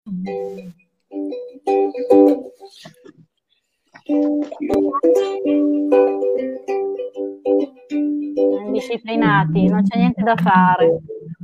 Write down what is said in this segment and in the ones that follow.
Disciplinati, non c'è niente da fare.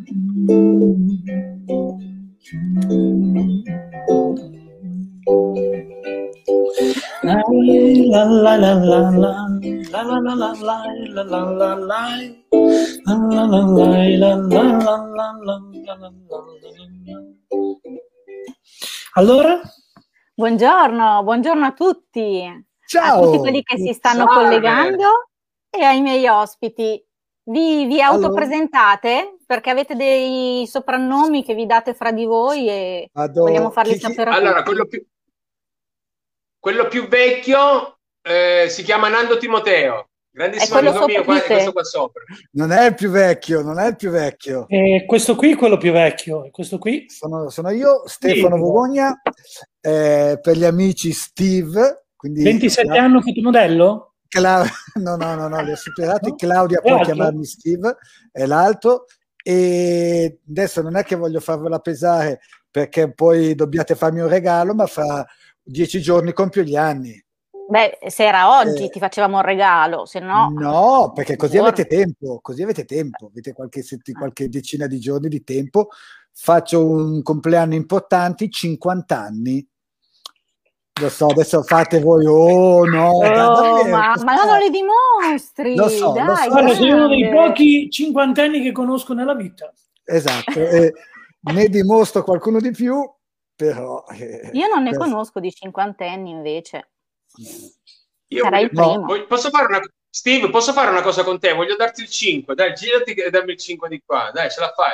Allora? Buongiorno a tutti. Ciao. A tutti quelli che si stanno collegando e ai miei ospiti. Vi autopresentate perché avete dei soprannomi che vi date fra di voi e vogliamo farli sapere a tutti. Quello più vecchio si chiama Nando Timoteo, grandissimo amico mio, questo qua sopra. Non è il più vecchio, non è il più vecchio. Questo qui è quello più vecchio, e questo qui? Sono io, Stefano Vogogna, per gli amici Steve. Quindi 27 anni fotomodello? No, li ho superati. No? Claudia può chiamarmi Steve, è l'altro. E adesso non è che voglio farvela pesare perché poi dobbiate farmi un regalo, ma fra 10 giorni compio gli anni. Beh, se era oggi ti facevamo un regalo, se no... No, perché così avete tempo, avete qualche decina di giorni di tempo. Faccio un compleanno importante, 50 anni. Lo so, adesso fate voi, ma non li dimostri. Lo so, dai, Guarda, sei uno dei pochi cinquantenni che conosco nella vita. Esatto, ne dimostro qualcuno di più, però... Io non ne conosco di cinquantenni invece. Sarai il primo. Steve, posso fare una cosa con te? Voglio darti il 5, dai, girati e dammi il 5 di qua, dai, ce la fai?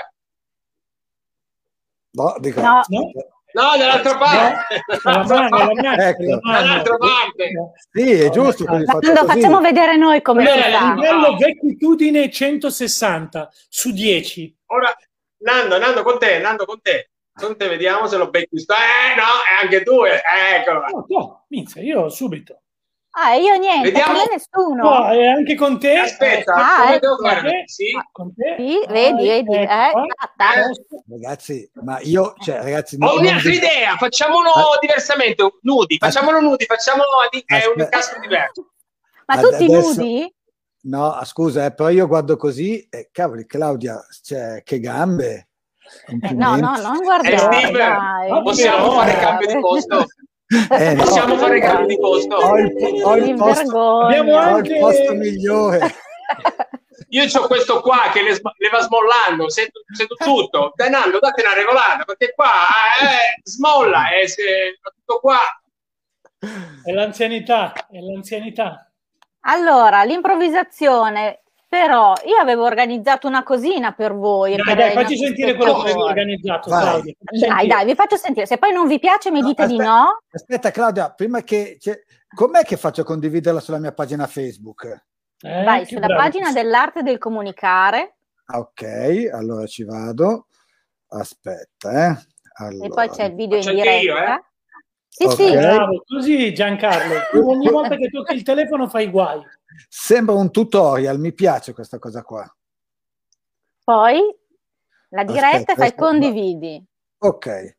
No, dall'altra parte. Dall'altra parte. Sì, è giusto. Facciamo vedere noi come a livello vecchitudine 160 su 10. Ora, Nando con te. Vediamo se lo becchi. No, è anche tu. Eccolo. No, inizia, io subito. Io niente, vediamo. Non è nessuno. No, e anche con te. Aspetta, come devo fare? Sì, con te. Sì, vedi. Ragazzi, ma io, ragazzi, ho un'altra idea, facciamolo diversamente, nudi, facciamolo nudi, è un caso diverso. Ma tutti nudi? No, scusa, però io guardo così, cavoli, Claudia, che gambe. No, non guardare. Possiamo fare cambio di posto? Possiamo fare cambio di posto? Ho il posto migliore. Io c'ho questo qua che le va smollando, sento tutto. Dai Nando, date una regolata, perché qua smolla, tutto qua. È l'anzianità. Allora, l'improvvisazione, però io avevo organizzato una cosina per voi. Dai, facci sentire quello che avevo organizzato. Dai, vi faccio sentire. Se poi non vi piace mi dite di no. Aspetta Claudia, prima che... com'è che faccio a condividerla sulla mia pagina Facebook? Vai sulla pagina dell'arte del comunicare. Ok, allora ci vado. Aspetta, Allora. E poi c'è il video in diretta. Io, Sì. Bravo, così Giancarlo. Ogni volta che tocchi il telefono fai guai. Sembra un tutorial, mi piace questa cosa qua. Poi la diretta fai condividi. Ok.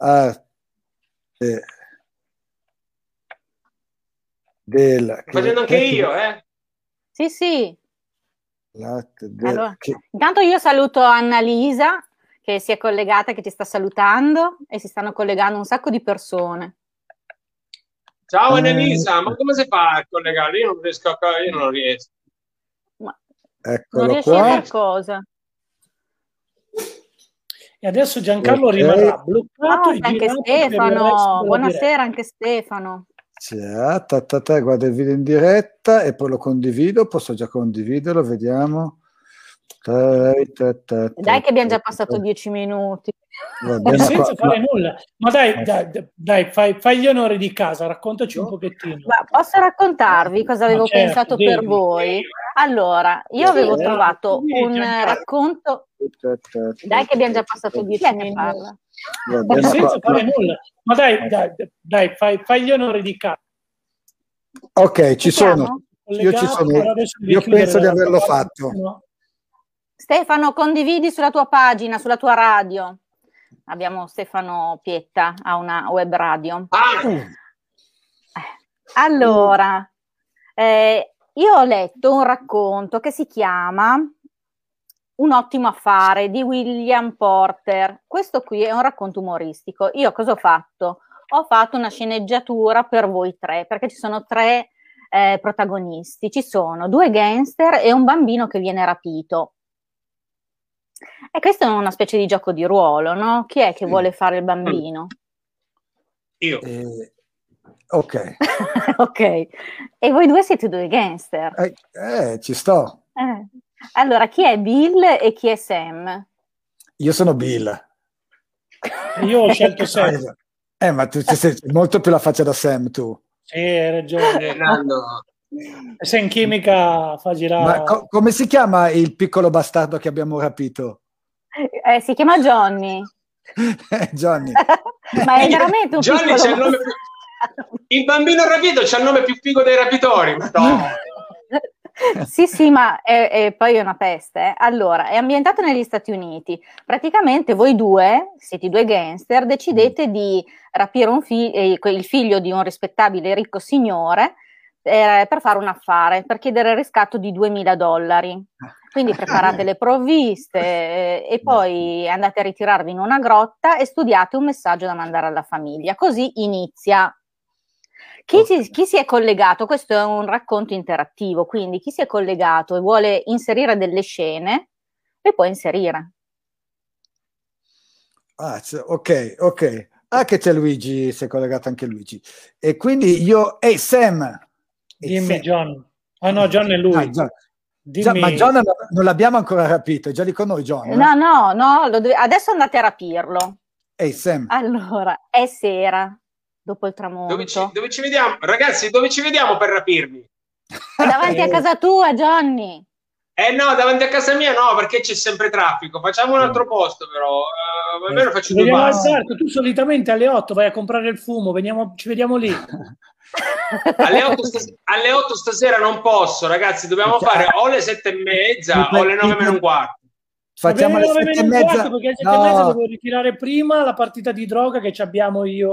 facendo anche io, Sì. Allora, intanto io saluto Annalisa che si è collegata, che ti sta salutando, e si stanno collegando un sacco di persone. Ciao Annalisa, ma come si fa a collegare? Io non riesco. Eccolo non riesci qua. a fare cosa? E adesso Giancarlo rimarrà bloccato. Anche Stefano, buonasera anche Stefano. Guarda il video in diretta e poi lo condivido, posso già condividerlo, vediamo. Dai che abbiamo già passato 10 minuti. Senza fare nulla. Ma dai, fai gli onori di casa, raccontaci un pochettino. Ma posso raccontarvi cosa avevo pensato per voi? Allora, io avevo trovato un racconto. Dai che abbiamo già passato 10 minuti. Senza fare nulla. Ma dai, fai gli onori di casa. Ok, ci sono. Io ci sono. Io penso di averlo fatto. Stefano, condividi sulla tua pagina, sulla tua radio. abbiamo Stefano Pietta a una web radio. Allora, io ho letto un racconto che si chiama Un ottimo affare di William Porter. Questo qui è un racconto umoristico. Io cosa ho fatto? Ho fatto una sceneggiatura per voi tre, perché ci sono tre protagonisti. Ci sono 2 gangster e un bambino che viene rapito. E questo è una specie di gioco di ruolo, no? Chi è che vuole fare il bambino? Io. Ok. Ok. E voi 2 siete 2 gangster. Ci sto. Allora, chi è Bill e chi è Sam? Io sono Bill. Io ho scelto Sam. Ma tu sei molto più la faccia da Sam, tu. Sì, hai ragione. Se in chimica fa girare... Ma come si chiama il piccolo bastardo che abbiamo rapito? Si chiama Johnny. Johnny. Ma è veramente un Johnny piccolo c'è il nome il bambino rapito c'ha il nome più figo dei rapitori. No. Sì, ma poi è una peste. Allora, è ambientato negli Stati Uniti. Praticamente voi 2, siete 2 gangster, decidete di rapire il figlio di un rispettabile ricco signore per fare un affare, per chiedere il riscatto di $2.000. Quindi preparate le provviste e poi andate a ritirarvi in una grotta e studiate un messaggio da mandare alla famiglia. Così inizia. Chi si è collegato? Questo è un racconto interattivo, quindi chi si è collegato e vuole inserire delle scene, le può inserire. Ok. Che c'è Luigi, si è collegato anche Luigi. E quindi io... Sam! Dimmi John. No, John è lui. Ma John non l'abbiamo ancora rapito, è già lì con noi John? No, adesso andate a rapirlo. Sam. Allora, è sera, dopo il tramonto. Dove ci vediamo? Ragazzi, dove ci vediamo per rapirmi? Davanti a casa tua, Johnny. No, davanti a casa mia no, perché c'è sempre traffico. Facciamo un altro posto, però. Almeno faccio 2 passi. Tu solitamente alle 8 vai a comprare il fumo, ci vediamo lì. Alle 8 stasera non posso, ragazzi, dobbiamo fare o le 7:30 o le 9:15. Facciamo le 7:30 perché alle 7:30 devo ritirare prima la partita di droga che abbiamo io.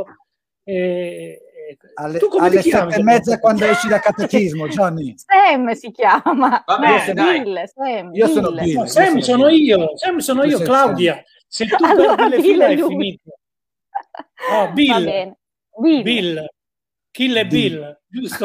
Alle 7:30 quando esci da catechismo, Johnny. Sam si chiama. Vabbè, io sono Bill. No, Sam sono io, Claudia. Se tu perdi le file è finito. Bill. Va bene. Bill. Kill e Bill, giusto?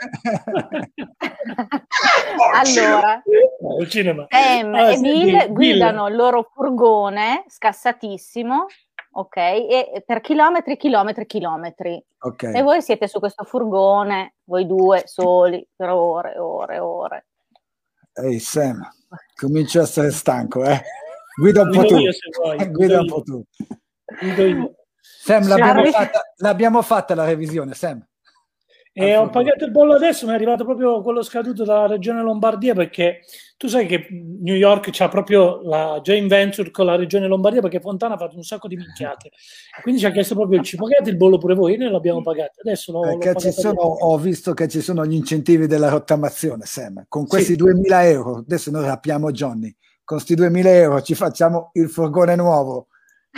Allora, Sam e Bill guidano il loro furgone scassatissimo, ok? E per chilometri. Okay. E voi siete su questo furgone, voi 2 soli, per ore. Ehi Sam, comincio a essere stanco, Guida un po' tu. Guida un po' tu. Sam, l'abbiamo fatta la revisione, Sam. Ho pagato il bollo adesso, mi è arrivato proprio quello scaduto dalla regione Lombardia, perché tu sai che New York c'ha proprio la joint venture con la regione Lombardia, perché Fontana ha fatto un sacco di minchiate, quindi ci ha chiesto proprio ci pagate il bollo pure voi, noi l'abbiamo pagato adesso. Ho visto che ci sono gli incentivi della rottamazione, Sam, con questi 2.000 euro, adesso noi rapiamo Johnny, con questi 2.000 euro ci facciamo il furgone nuovo.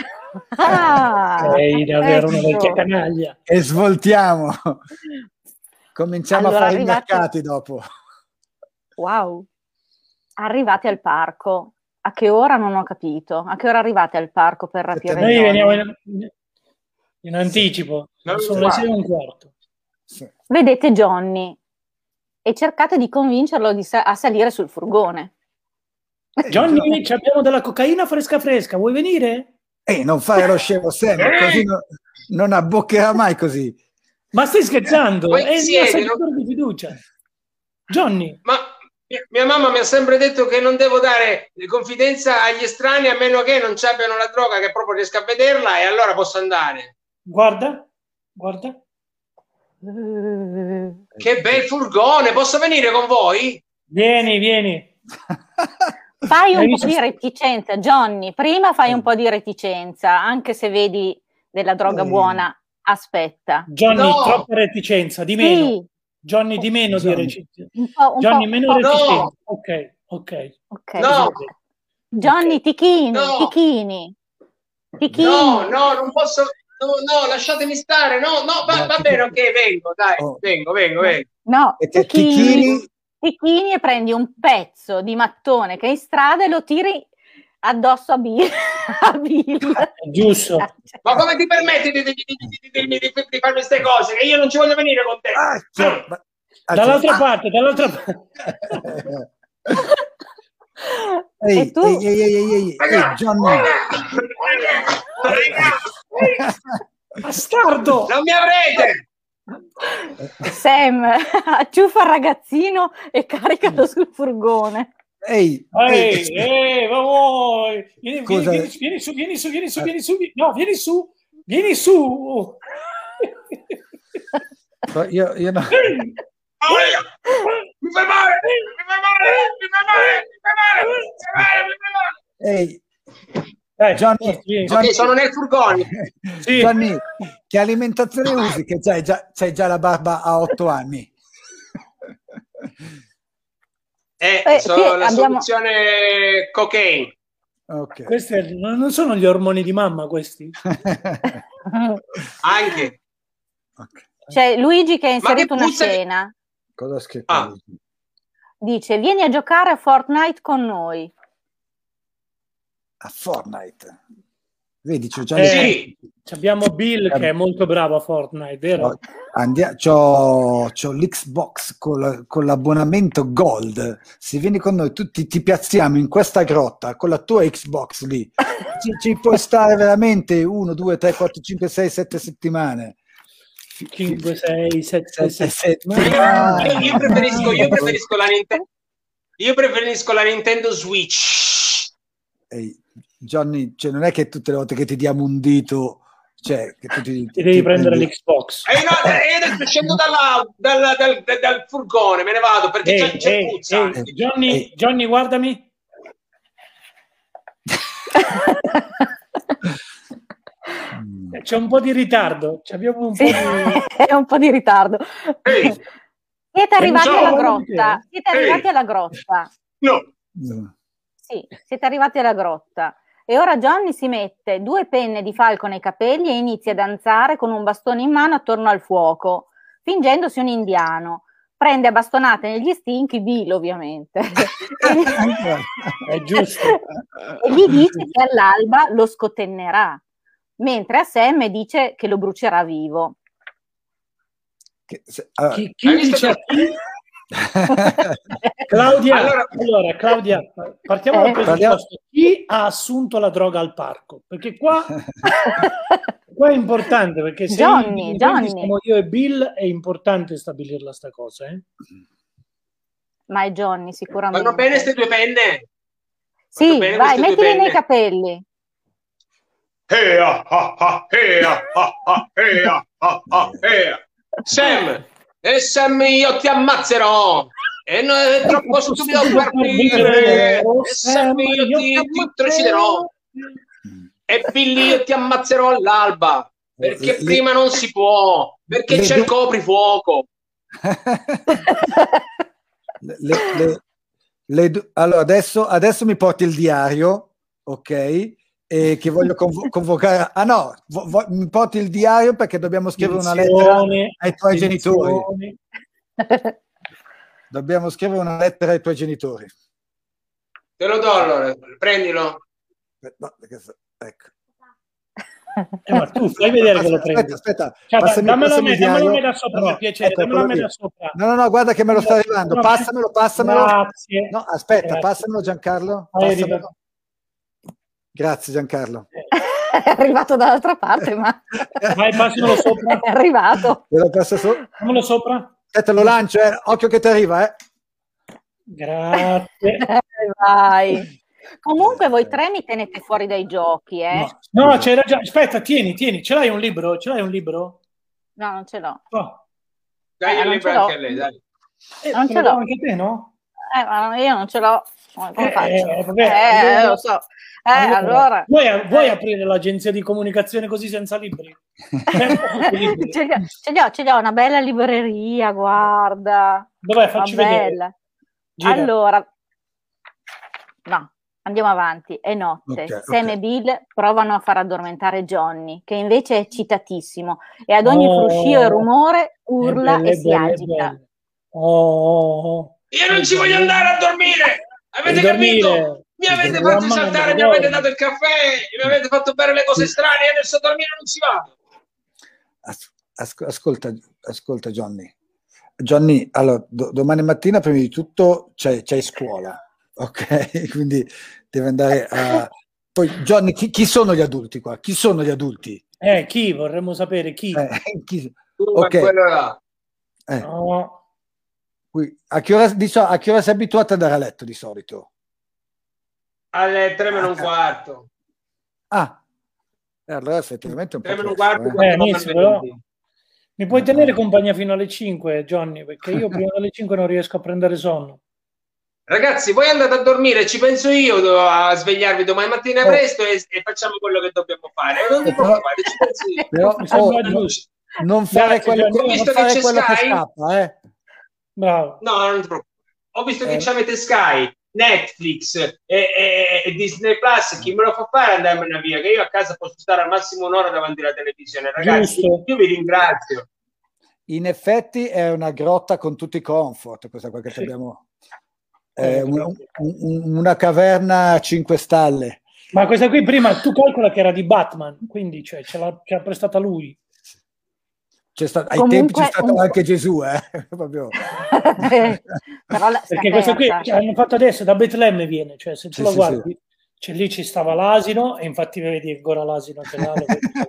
Sei davvero una vecchia canaglia. E svoltiamo. Cominciamo a fare i mercati dopo. Wow. Arrivate al parco. A che ora non ho capito? A che ora arrivate al parco per rapire? Noi veniamo in anticipo. Sono le 6:15. Sì. Vedete Johnny e cercate di convincerlo a salire sul furgone. Johnny, abbiamo della cocaina fresca, vuoi venire? Non fare lo scemo, Sam, così non abboccherà mai così. Ma stai scherzando? È il mio servitore di fiducia. Johnny. Ma mia mamma mi ha sempre detto che non devo dare confidenza agli estranei a meno che non ci abbiano la droga, che proprio riesco a vederla, e allora posso andare. Guarda. Che bel furgone, posso venire con voi? Vieni. Fai un po' di reticenza, Johnny. Prima fai un po' di reticenza, anche se vedi della droga buona. Aspetta. Johnny, troppa reticenza, di meno. Sì. Johnny, di meno di reticenza. Johnny, meno reticenza. No. Ok. No. Johnny, Tichini. No, non posso. No, lasciatemi stare. No, va bene, ok, vengo, dai, vengo. No, ti chini e prendi un pezzo di mattone che è in strada e lo tiri addosso a Bill. Giusto. Ma come ti permetti di fare queste cose? Che io non ci voglio venire con te. Dall'altra parte. Ehi, Johnny. Bastardo! Non mi avrete! Sam, acciuffa il ragazzino e caricalo sul furgone. Ehi, vamos! Vieni su. No, vieni su. Io no. Mi fai male! Ehi, Johnny, ok, sono nel furgone. Sì. Johnny, che alimentazione usi? Che c'hai già la barba a 8 anni. Sono la soluzione cocaine. Okay. Questi non sono gli ormoni di mamma, questi? Anche. Okay. C'è Luigi che ha inserito una scena. Cosa ha scritto? Dice: vieni a giocare a Fortnite con noi. A Fortnite? Vedi, c'ho già sì. Abbiamo Bill che è molto bravo a Fortnite, vero? C'ho l'Xbox con l'abbonamento Gold. Se vieni con noi, tutti ti piazziamo in questa grotta con la tua Xbox lì. Ci puoi stare veramente 1, 2, 3, 4, 5, 6, 7 settimane. 5, 6, 7 settimane. Io preferisco la Nintendo Switch. Ehi, Johnny, cioè non è che tutte le volte che ti diamo un dito, cioè che tu ti devi prendere l'Xbox. Io scendo dal furgone, me ne vado perché c'è puzza. Johnny, guardami. C'è un po' di ritardo. Abbiamo un po' di ritardo. Siete arrivati alla grotta. Alla grotta. No. Sì, siete arrivati alla grotta. E ora Johnny si mette 2 penne di falco nei capelli e inizia a danzare con un bastone in mano attorno al fuoco, fingendosi un indiano. Prende a bastonate negli stinchi Bill, ovviamente. È giusto. E gli dice che all'alba lo scotennerà, mentre a Sam dice che lo brucerà vivo. Chi dice a chi? Claudia, Claudia, partiamo dal presupposto: chi ha assunto la droga al parco? Perché qua è importante, perché se Johnny. siamo io e Bill è importante stabilirla sta cosa, Ma è Johnny sicuramente. Vanno bene queste 2 penne? Sì, vai, mettile nei capelli. Sam, io ti ammazzerò. E non è troppo stupido per dire. Sam, io ti ucciderò. E Billy, io ti ammazzerò all'alba. Perché prima non si può. Perché c'è il coprifuoco. Allora, adesso mi porti il diario, ok? E che voglio convocare. Mi porti il diario perché dobbiamo scrivere una lettera ai tuoi genitori. Dobbiamo scrivere una lettera ai tuoi genitori. Te lo do allora, prendilo. No, ecco. Ma tu fai vedere che lo prendi. Aspetta, dammelo a me da sopra, per piacere. Dammelo a me da sopra. No, guarda che me lo sta arrivando. Passamelo. Grazie. No, aspetta, passamelo Giancarlo. Passamelo. Grazie Giancarlo. È arrivato dall'altra parte, ma vai, passamelo sopra. È arrivato. Fammelo sopra. Aspetta, lo lancio, occhio che ti arriva, Grazie. Vai. Comunque voi 3 mi tenete fuori dai giochi, No, c'era già. Aspetta, tieni. Ce l'hai un libro? No, non ce l'ho. Dai il libro anche a lei, dai. Non ce l'ho. Anche te, no? Ma io non ce l'ho. Come faccio? Vabbè, lo so. Allora. Vuoi aprire l'agenzia di comunicazione così senza libri? Ce l'ho, una bella libreria, guarda. Dov'è? Facci vedere. Allora, no, Andiamo avanti, è notte. Sam e Bill provano a far addormentare Johnny, che invece è eccitatissimo e ad ogni fruscio e rumore urla e si agita. Io non ci voglio andare a dormire! Avete capito? Mi avete fatto esaltare, mi avete dato il caffè, mi avete fatto bere le cose strane e adesso a dormire non ci vado. Ascolta Johnny, allora, domani mattina prima di tutto c'hai scuola, ok? Quindi deve andare a... Poi Johnny, chi sono gli adulti qua? Chi sono gli adulti? Chi? Vorremmo sapere chi. Ok. Quello là. No. A che ora sei abituato ad andare a letto di solito? Alle 3:15. Allora effettivamente un po' 3:15. Però mi puoi tenere compagnia fino alle 5, Johnny, perché io prima delle 5 non riesco a prendere sonno. Ragazzi, voi andate a dormire, ci penso io a svegliarvi domani mattina presto e facciamo quello che dobbiamo fare. Non vi preoccupate, ci penso io. Però non fare quello che scappa, Bravo. No, non ti preoccupare. Ho visto che avete Sky, Netflix e Disney Plus, chi me lo fa fare andarmene via, che io a casa posso stare al massimo un'ora davanti alla televisione. Ragazzi, io vi ringrazio. In effetti è una grotta con tutti i comfort, questa qua che abbiamo. Una caverna a 5 stalle. Ma questa qui prima tu calcola che era di Batman, quindi ce l'ha prestata lui. Ai tempi c'è stato anche Gesù, proprio. Però perché questa qui hanno fatto adesso da Betlemme viene, cioè se tu la guardi lì ci stava l'asino e infatti vedi ancora l'asino che là,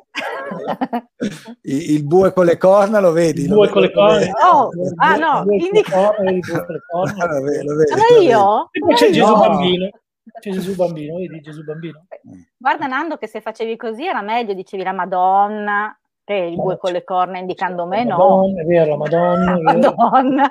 il bue con le corna lo vedi? Il bue con le corna. No, io? E poi c'è Gesù bambino. C'è Gesù bambino, vedi Gesù bambino. Guarda Nando che se facevi così era meglio, dicevi la Madonna, il bue con le corna indicando me, no? Madonna, è vero, la Madonna.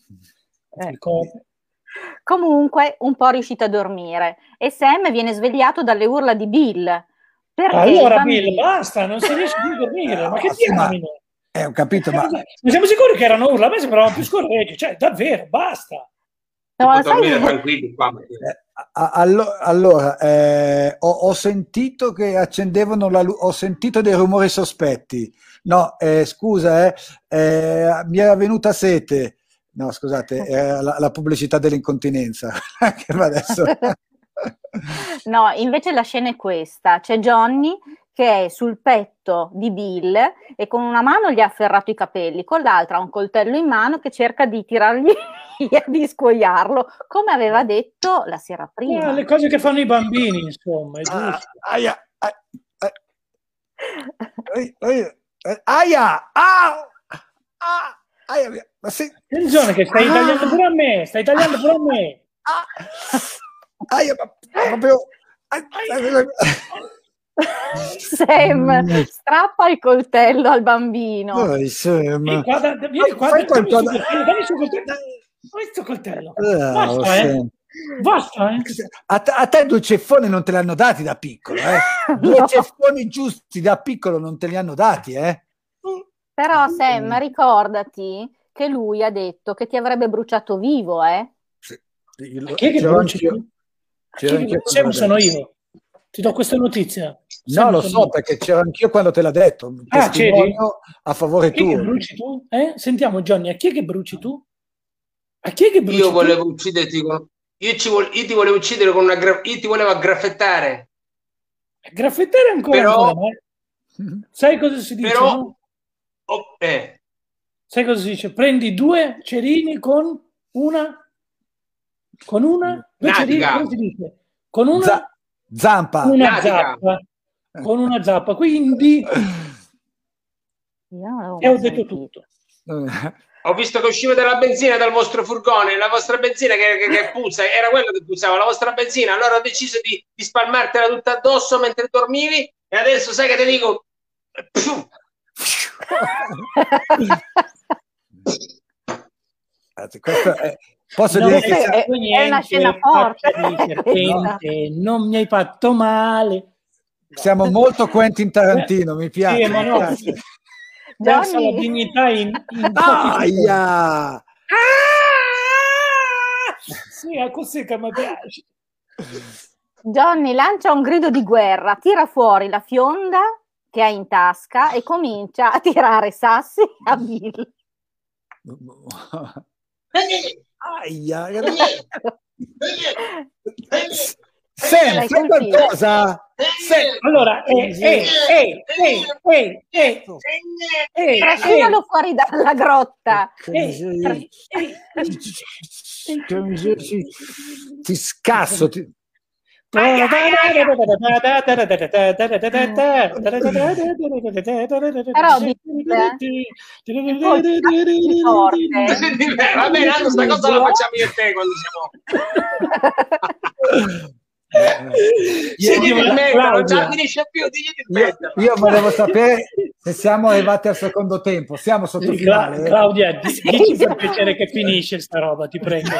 Comunque un po' riuscito a dormire e Sam viene svegliato dalle urla di Bill. Allora Bill, basta, non si riesce più a dormire, ma che diamine? Ho capito, ma siamo sicuri che erano urla? A me sembravano più scorreggi, cioè davvero, basta. No, dormire tranquilli qua. Allora, ho sentito che accendevano la luce, ho sentito dei rumori sospetti. No, scusa, mi era venuta sete. No, scusate, era la pubblicità dell'incontinenza. Che adesso... No, invece la scena è questa. C'è Johnny che è sul petto di Bill e con una mano gli ha afferrato i capelli, con l'altra ha un coltello in mano che cerca di tirargli via, di scuoiarlo, come aveva detto la sera prima. Le cose che fanno i bambini, insomma, è giusto. Attenzione che stai tagliando pure a me, proprio... Sam strappa il coltello al bambino. Vieni qua, dammi questo coltello. Basta, A te 2 ceffoni non te li hanno dati da piccolo, 2 ceffoni giusti da piccolo non te li hanno dati, Però Sam, ricordati che lui ha detto che ti avrebbe bruciato vivo, Sì. Chi è che bruci? Sam sono io. Ti do questa notizia. No, lo so, perché c'ero anch'io quando te l'ha detto. Testimonio a favore tuo. Chi è che bruci tu? Sentiamo Johnny, a chi è che bruci tu? A chi è che bruci io volevo ucciderti con... Io ti volevo uccidere con una... Io ti volevo aggraffettare. Graffettare ancora? Sai cosa si dice? Però... No? Sai cosa si dice? Prendi 2 cerini con una... Due cerini, come si dice? Con una... Zampa. Una zappa. Con una zappa. Quindi... ho detto tutto. Ho visto che usciva della benzina dal vostro furgone, la vostra benzina che puzza, era quello che puzzava, la vostra benzina. Allora ho deciso di spalmartela tutta addosso mentre dormivi e adesso sai che ti dico... Questo posso dire che è una scena forte. Non mi hai fatto male. Siamo molto Quentin Tarantino, mi piace. Sì, ma no. Versa la dignità in sì, è così che mi piace. Johnny lancia un grido di guerra, tira fuori la fionda che ha in tasca e comincia a tirare sassi a Bill. Aia, Sam, fai qualcosa. Allora, trascinalo fuori dalla grotta. Ti scasso. Però va bene, questa cosa la facciamo io e te quando siamo già finisce più, io volevo sapere se siamo arrivati al secondo tempo. Siamo sotto finale. Claudia, dici per piacere che finisce sta roba, ti prego.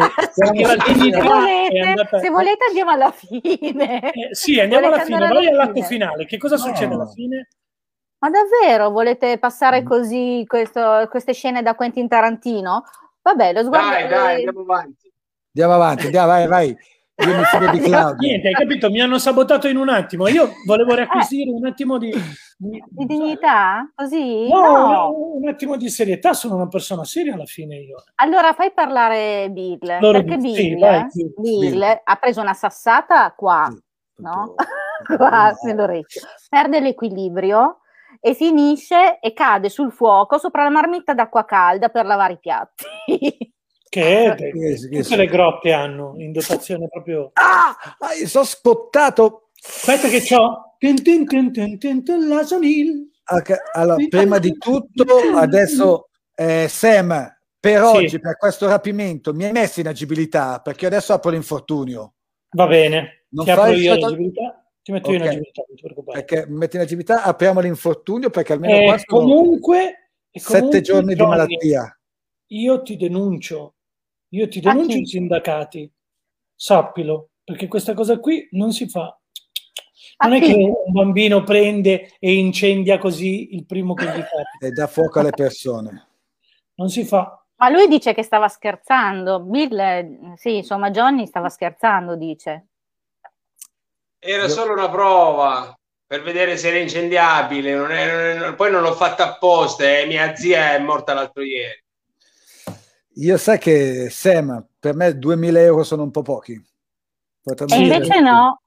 Se volete andiamo alla fine. Sì, andiamo alla fine, vai all'atto finale. Che cosa succede alla fine? Ma davvero volete passare così queste scene da Quentin Tarantino? Vabbè, lo sguardo. Dai, andiamo avanti. Vai. Io mi fido di Claudio. Niente, hai capito? Mi hanno sabotato in un attimo. Io volevo riacquisire un attimo di dignità? Così? No, un attimo di serietà. Sono una persona seria alla fine io. Allora fai parlare Bill, perché Bill ha preso una sassata qua, no? Qua nell'orecchio. Perde l'equilibrio e finisce e cade sul fuoco sopra la marmitta d'acqua calda per lavare i piatti. Che tutte le grotte hanno in dotazione proprio. Sono spottato. Aspetta che c'ho l'Asonil. Allora, prima di tutto adesso Sam, per oggi, per questo rapimento mi hai messo in agibilità, perché adesso apro l'infortunio. Va bene, ti apro io l'agibilità, ti metto io in agibilità, non ti preoccupare. Perché metti in agibilità, apriamo l'infortunio, perché almeno qua sono comunque 7 giorni di malattia. Io ti denuncio i sindacati, sappilo, perché questa cosa qui non si fa. Non è che un bambino prende e incendia così il primo che gli capita. E dà fuoco alle persone. Non si fa. Ma lui dice che stava scherzando. Bill, sì, insomma, Johnny stava scherzando, dice. Era solo una prova per vedere se era incendiabile. Poi non l'ho fatta apposta. Mia zia è morta l'altro ieri. Io sai che Sam, per me 2.000 euro sono un po' pochi. E invece no.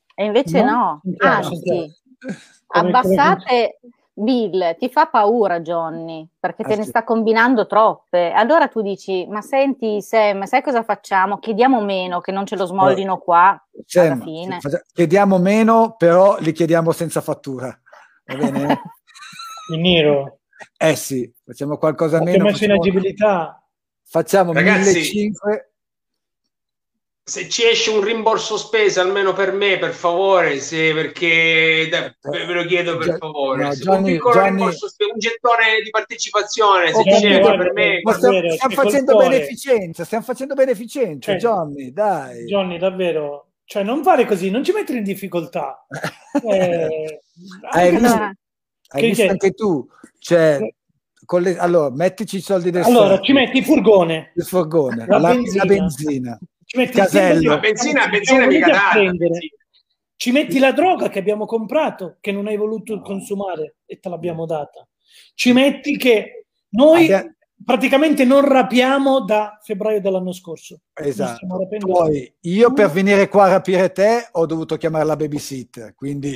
Anzi, abbassate. Bill, ti fa paura Johnny, perché te ne sta combinando troppe. Allora tu dici, ma senti Sam, sai cosa facciamo? Chiediamo meno, che non ce lo smollino qua alla fine. Chiediamo meno, però li chiediamo senza fattura. Va bene? In nero. Sì, facciamo qualcosa meno. Messo in agibilità. Facciamo 1.500. Se ci esce un rimborso spesa almeno per me, per favore, perché ve lo chiedo per favore. Un piccolo rimborso spesa, un gettone di partecipazione, se c'è per me. Stiamo facendo beneficenza, Johnny, dai. Johnny, davvero, cioè non fare così, non ci mettere in difficoltà. Hai visto anche tu, cioè, allora mettici i soldi del allora ci metti il furgone, la benzina. Ci metti la benzina mica dà. Ci metti la droga che abbiamo comprato, che non hai voluto consumare e te l'abbiamo data. Ci metti che noi praticamente non rapiamo da febbraio dell'anno scorso. Esatto. Poi io per venire qua a rapire te ho dovuto chiamare la babysitter, quindi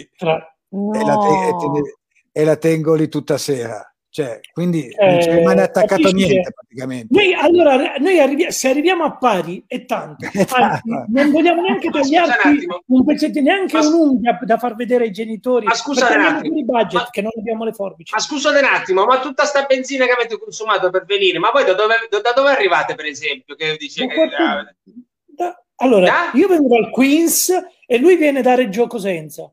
e la tengo lì tutta sera. Cioè, quindi non ci rimane attaccato niente praticamente. Se arriviamo a pari è tanto. Non vogliamo neanche tagliarti un pezzetto, neanche un'unghia da far vedere ai genitori. Ma scusate un attimo, budget, che non abbiamo le forbici. Ma scusate un attimo, ma tutta sta benzina che avete consumato per venire, ma voi da dove arrivate, per esempio? Che dice allora, io vengo dal Queens e lui viene da Reggio Cosenza.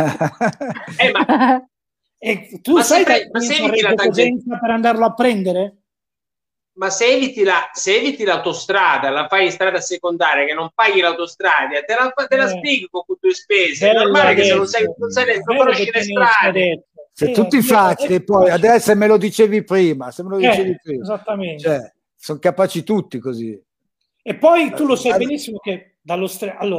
E tu sai che per andarlo a prendere? Ma se eviti l'autostrada, la fai in strada secondaria, che non paghi l'autostrada, te la spieghi con tutte le spese. È normale che se non conosci le strade. Se tutti facili, poi adesso me lo dicevi prima, esattamente. Cioè, sono capaci tutti così. E poi tu lo sai benissimo che allora,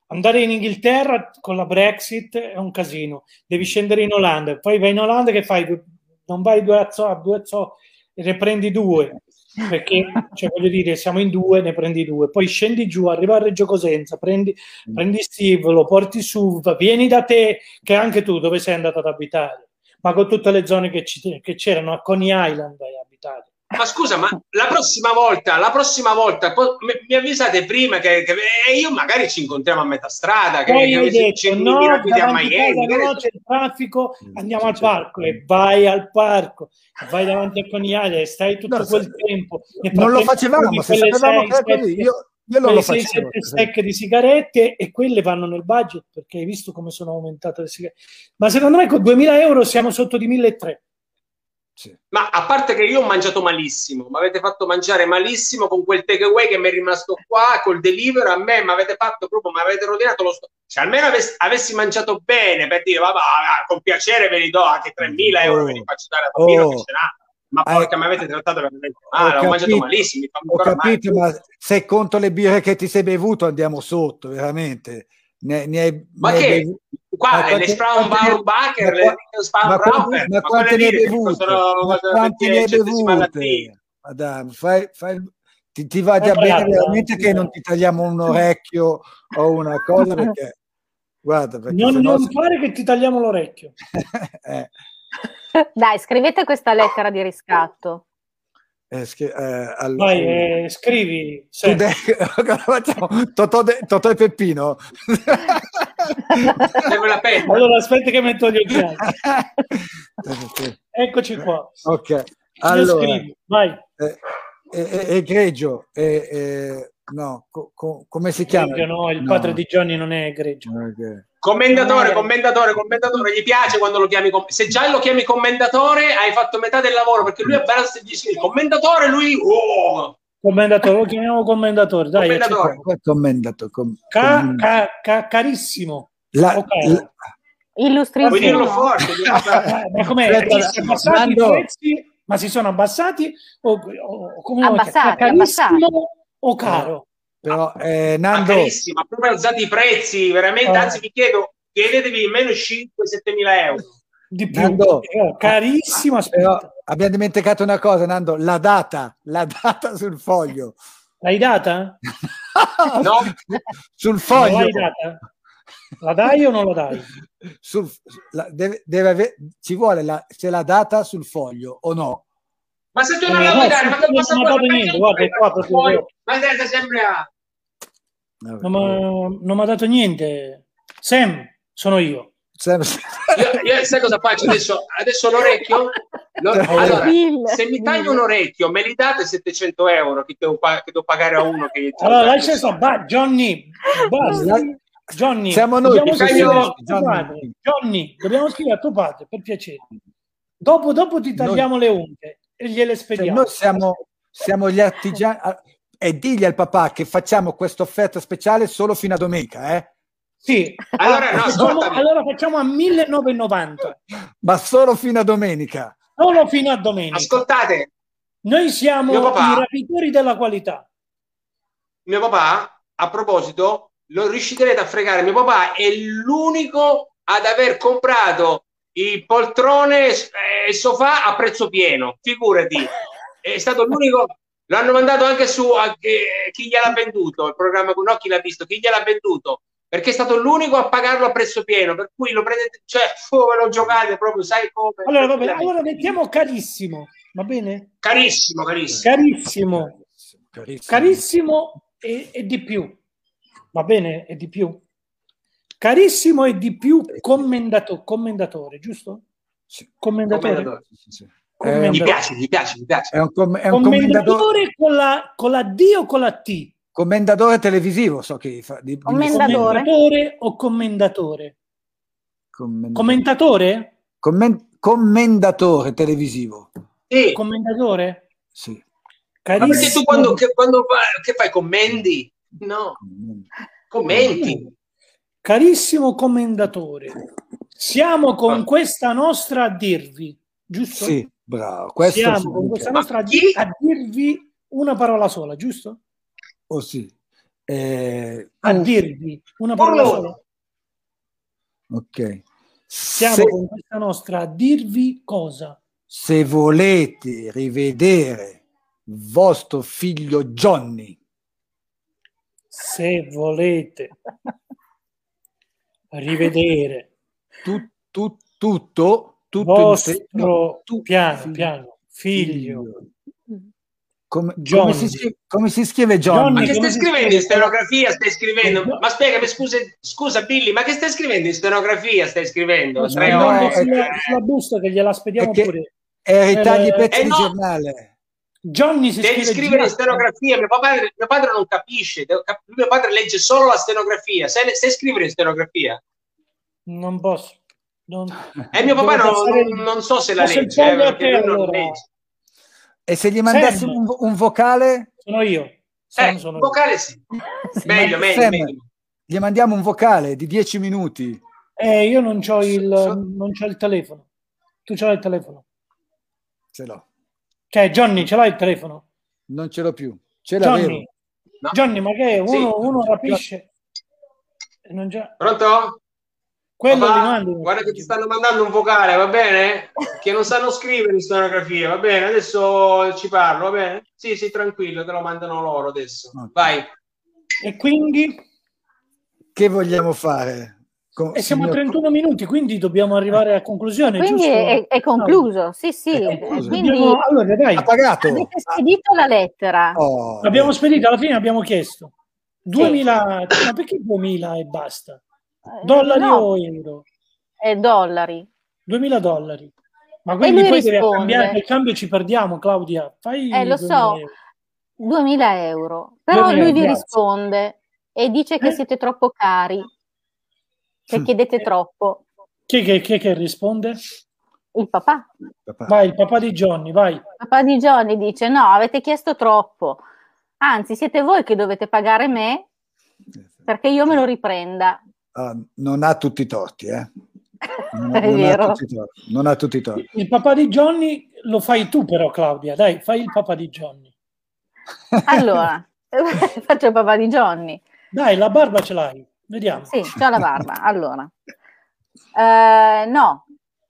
andare in Inghilterra con la Brexit è un casino, devi scendere in Olanda, poi vai in Olanda, che fai? Non vai due a zoo e ne prendi due, perché cioè, voglio dire, siamo in due, ne prendi due, poi scendi giù, arriva a Reggio Cosenza, prendi Steve, lo porti su, vieni da te, che anche tu dove sei andato ad abitare, ma con tutte le zone che c'erano a Coney Island vai a abitare. Ma scusa, ma la prossima volta mi avvisate prima che io magari ci incontriamo a metà strada, che detto, no, a Miami, no, c'è il traffico, andiamo al parco e vai al parco, vai davanti a Coney Island e stai tutto quel tempo. Non lo facevamo, se sapevamo che era così, io non lo facevo. 6-7 stack di sigarette e quelle vanno nel budget, perché hai visto come sono aumentate le sigarette. Ma secondo me con 2.000 euro siamo sotto di 1.300. Sì. Ma a parte che io ho mangiato malissimo, mi avete fatto mangiare malissimo con quel takeaway che mi è rimasto qua, col delivery, a me mi avete fatto proprio, mi avete rovinato lo sto. Se almeno avessi mangiato bene, per dire, vabbè, con piacere ve li do, anche 3.000 euro ve li faccio dare a bambino che ce n'ha. Ma porca, mi avete trattato veramente male, ho mangiato malissimo. Ho capito, ma se conto le birre che ti sei bevuto andiamo sotto, veramente. Ma che? Qua le Sprawn Baker, le Sprawn Brauper, ma quante ne hai bevute? Ma quante ne hai bevute? Madame, ti va già bene veramente che non ti tagliamo un orecchio o una cosa, perché guarda, perché non fare che ti tagliamo l'orecchio. Dai, scrivete questa lettera di riscatto. Vai, scrivi. Totò e Peppino. Allora aspetta che metto gli occhiali. Eccoci qua. Ok, allora scrivi, vai. Egregio, no, come si chiama? Egregio, no, il padre di Johnny non è egregio. Okay. Commendatore, gli piace quando lo chiami. Se già lo chiami commendatore, hai fatto metà del lavoro, perché lui è bello commendatore, lui. Commendatore, lo chiamiamo commendatore. Dai, carissimo. Illustrissimo. Vuoi dirlo forte? Ma com'è? I prezzi, ma si sono abbassati o come abbassati, carissimo o caro? Però Nando, carissimo, ha proprio alzato i prezzi, veramente, anzi vi chiedo, chiedetevi meno 5-7 mila euro. Di più, Nando, carissimo. Però abbiamo dimenticato una cosa, Nando, la data sul foglio. L'hai data? No. Sul foglio. L'hai data? La dai o non la dai? Ci vuole c'è la data sul foglio o no? Ma se tu non la vuoi dare, ma che passa non dato niente, guarda qua proprio. Ma deve sempre a... Non mi ha dato niente. Sam, sono io. Io sai cosa faccio adesso l'orecchio? Allora, se mi taglio un orecchio, me li date 700 euro che devo pagare a uno che... Allora, lascia stare, Johnny, basta. Johnny, siamo noi. Johnny, dobbiamo scrivere a tuo padre, per piacere. Dopo ti tagliamo le unghie e gliele spediamo. Noi siamo gli artigiani, e digli al papà che facciamo questa offerta speciale solo fino a domenica, Sì, allora facciamo a 1.990. Ma solo fino a domenica. Solo fino a domenica. Ascoltate, noi siamo i rapitori della qualità. Mio papà, a proposito, lo riuscirete a fregare. Mio papà è l'unico ad aver comprato il poltrone e il sofà a prezzo pieno. Figurati, è stato l'unico. L'hanno mandato anche su chi gliel'ha venduto, il programma con chi l'ha visto, chi gliel'ha venduto, perché è stato l'unico a pagarlo a prezzo pieno, per cui lo prendete, cioè ve lo giocate proprio, sai come. Allora, vabbè, allora mettiamo carissimo, va bene? Carissimo e di più, va bene? E di più. Carissimo e di più commendatore, giusto? Sì. Commendatore. Sì. Mi piace. È un commendatore con la D o con la T? Commendatore televisivo, so che fa. Commendatore o commendatore? Commentatore? Commendatore televisivo. Sì. Commendatore? Sì. Ma perché tu quando che fai? Commenti? No. Commenti. Carissimo commendatore, siamo con questa nostra a dirvi, giusto? Sì, bravo. Siamo con questa nostra a dirvi una parola sola, giusto? Oh sì. A dirvi una parola sola. Ok. Siamo con questa nostra a dirvi cosa. Se volete rivedere vostro figlio Johnny, se volete rivedere tutto vostro piano figlio. Come si scrive Johnny? Ma che stai scrivendo in stenografia? Stai scrivendo? Ma spiegami, scusa Billy, ma che stai scrivendo in stenografia? Stai scrivendo? Sulla busta che gliela spediamo pure. Ritagli pezzi di giornale. Johnny devi scrivere in stenografia. Mio padre non capisce. Mio padre legge solo la stenografia. Sai scrivere in stenografia? Non posso. Mio papà non so se la legge, perché lui non legge. E se gli mandassi un vocale? Sono io. Un vocale sì. Meglio. Gli mandiamo un vocale di 10 minuti. Io non c'ho il telefono. Tu ce l'hai il telefono? Ce l'ho. Cioè, Johnny, ce l'hai il telefono? Non ce l'ho più. Ce l'avevo. Johnny, no. Johnny, ma che è? Uno rapisce. E non già... Pronto? Quello papà, guarda che ti stanno mandando un vocale, va bene? Che non sanno scrivere in stenografia, va bene? Adesso ci parlo, va bene? Sì, tranquillo, te lo mandano loro adesso. Okay. Vai. E quindi? Che vogliamo fare? Siamo a 31 minuti, quindi dobbiamo arrivare a conclusione. Quindi giusto? È concluso, no. Sì. È concluso. Quindi allora, dai. Ha pagato. Avete spedito la lettera. L'abbiamo spedita, alla fine abbiamo chiesto 2000, ma perché 2000 e basta? Dollari o euro? Dollari. $2000. Ma quindi poi deve cambiare il cambio, ci perdiamo, Claudia. Fai lo so, 2000 euro. Però lui vi risponde e dice che siete troppo cari, che chiedete troppo. Chi risponde? Il papà. Vai, il papà di Johnny, vai. Il papà di Johnny dice: no, avete chiesto troppo. Anzi, siete voi che dovete pagare me perché io me lo riprenda. Non ha tutti i torti, Non ha tutti i torti. Il papà di Johnny lo fai tu però, Claudia, dai, fai il papà di Johnny. Allora, faccio il papà di Johnny. Dai, la barba ce l'hai, vediamo. Sì, c'ho la barba, allora. No.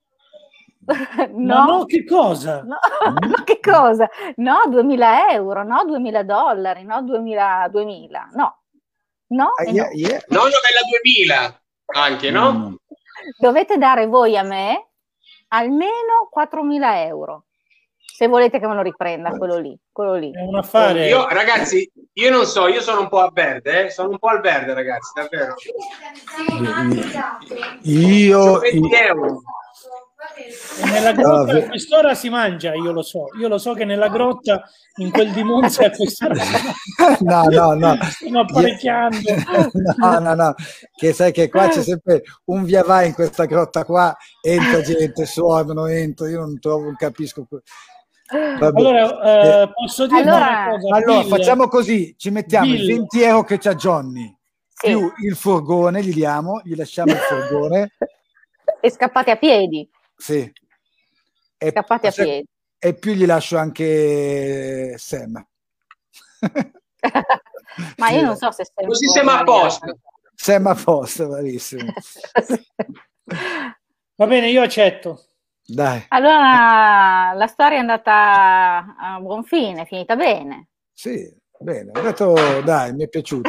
No, che cosa? No, che cosa? No, 2000 euro, no, $2000, no, 2000, no. No, no, novella 2000 anche, no? Dovete dare voi a me almeno 4.000 euro se volete che me lo riprenda quello lì. È un affare. Ragazzi, io non so, io sono un po' al verde, sono un po' al verde, ragazzi, davvero. Io 20 euro. Nella grotta a quest'ora si mangia, io lo so che nella grotta in quel di Monza a quest'ora no stiamo apparecchiando. No, che sai che qua c'è sempre un via vai in questa grotta qua, entra gente, suonano, io non capisco. Vabbè. Allora posso dire una cosa? Allora facciamo così, ci mettiamo il 20 euro che c'ha Johnny più il furgone, gli lasciamo il furgone e scappate a piedi. Sì. Scappate a piedi. E più gli lascio anche Sam. Ma io non so se Sam così siamo a posto. Sam a posto, bravissimo. Va bene, io accetto. Dai. Allora la storia è andata a buon fine, è finita bene. Sì, bene. Ho detto, dai, mi è piaciuto.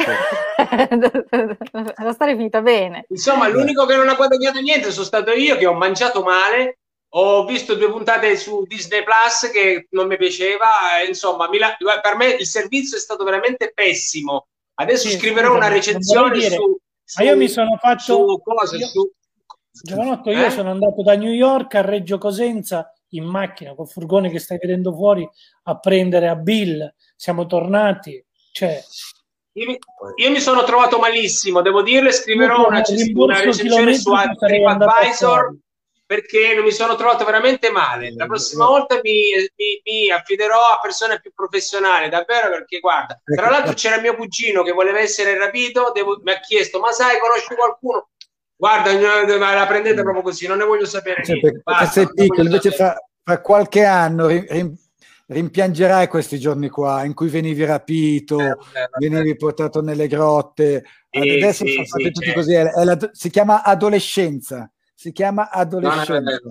La storia è finita bene. Insomma, l'unico che non ha guadagnato niente sono stato io, che ho mangiato male. Ho visto 2 puntate su Disney Plus che non mi piaceva. Insomma, per me il servizio è stato veramente pessimo. Adesso scriverò una recensione su. Ma io mi sono fatto. Giovanotto, io sono andato da New York a Reggio Cosenza in macchina col furgone che stai vedendo fuori a prendere a Bill. Siamo tornati. Cioè. Io mi sono trovato malissimo, devo dirle, scriverò una recensione su TripAdvisor perché non mi sono trovato veramente male. La prossima volta mi affiderò a persone più professionali, davvero, perché guarda, tra l'altro c'era mio cugino che voleva essere rapito, mi ha chiesto, ma sai, conosci qualcuno? Guarda, la prendete proprio così, non ne voglio sapere niente. Basta, sei piccolo, invece fra qualche anno rimpiangerai questi giorni qua in cui venivi rapito, venivi portato nelle grotte. Adesso sono fatti tutti così. Si chiama adolescenza. No.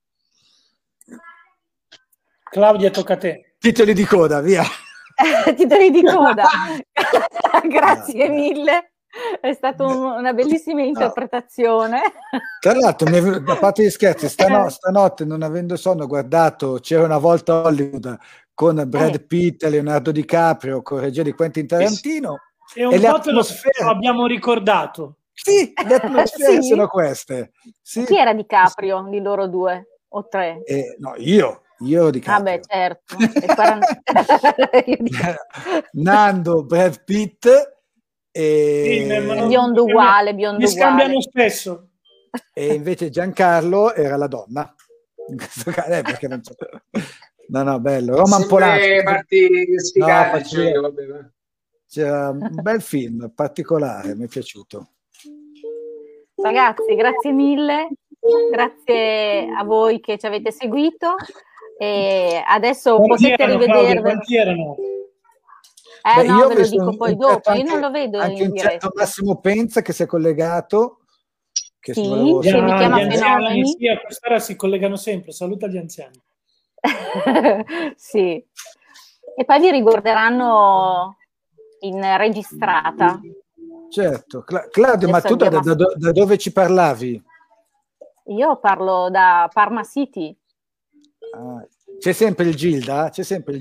Claudia, tocca a te. Titoli di coda, via. Titoli di coda. Grazie mille. È stata una bellissima interpretazione. Tra l'altro, da parte di scherzi, stanotte, non avendo sonno, ho guardato C'era una volta Hollywood con Brad Pitt, Leonardo DiCaprio, con regia di Quentin Tarantino. E un po' te lo abbiamo ricordato. Sì, le atmosfere sono queste. Sì. Chi era DiCaprio di loro due o tre? No, io DiCaprio. Beh, certo. Nando, Brad Pitt e biondo uguale. Mi scambiano spesso. E invece Giancarlo era la donna. In questo caso, perché non c'è... No, bello. Roman Polanski. C'era un bel film particolare, mi è piaciuto. Ragazzi, grazie mille. Grazie a voi che ci avete seguito. E adesso potete rivedervi. Quanti erano? No, ve lo dico poi dopo. Io non lo vedo anche in diretta. Massimo Penza che si è collegato. Che sì, mi chiama Fenomeni. Sì, a quest'ora si collegano sempre. Saluta gli anziani. Sì. E poi vi riguarderanno in registrata. Certo. Claudio, ma tu da dove ci parlavi? Io parlo da Parma City. C'è sempre il Gilda?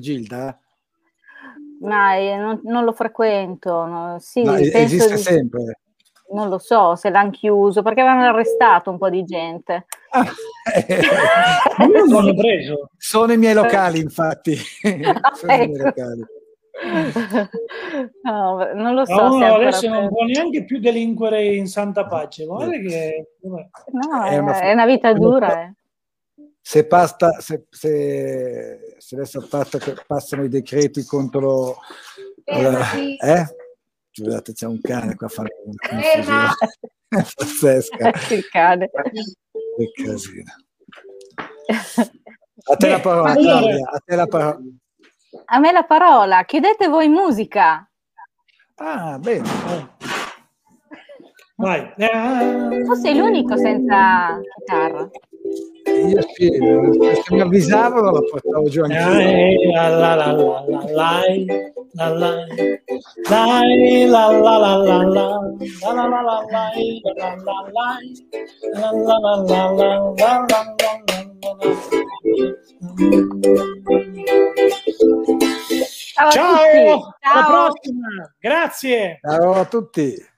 Ma non lo frequento. No. Sì, esiste sempre. Non lo so se l'hanno chiuso perché avevano arrestato un po' di gente. L'hanno preso. Sono i miei locali, infatti. Sono i miei locali. No, non lo so. Adesso non può neanche più delinquere in santa pace. Guarda che... No, è una vita dura. Se adesso passano i decreti contro scusate, c'è un cane qua a fare una confusione pazzesca. Il cane. Che casino. A te la parola, Claudia, a te la parola. A me la parola, chiedete voi musica. Bene. Vai. Tu sei l'unico senza chitarra. Io sì, se mi avvisavano la portavo giù anche Ciao, alla prossima, grazie. Ciao a tutti.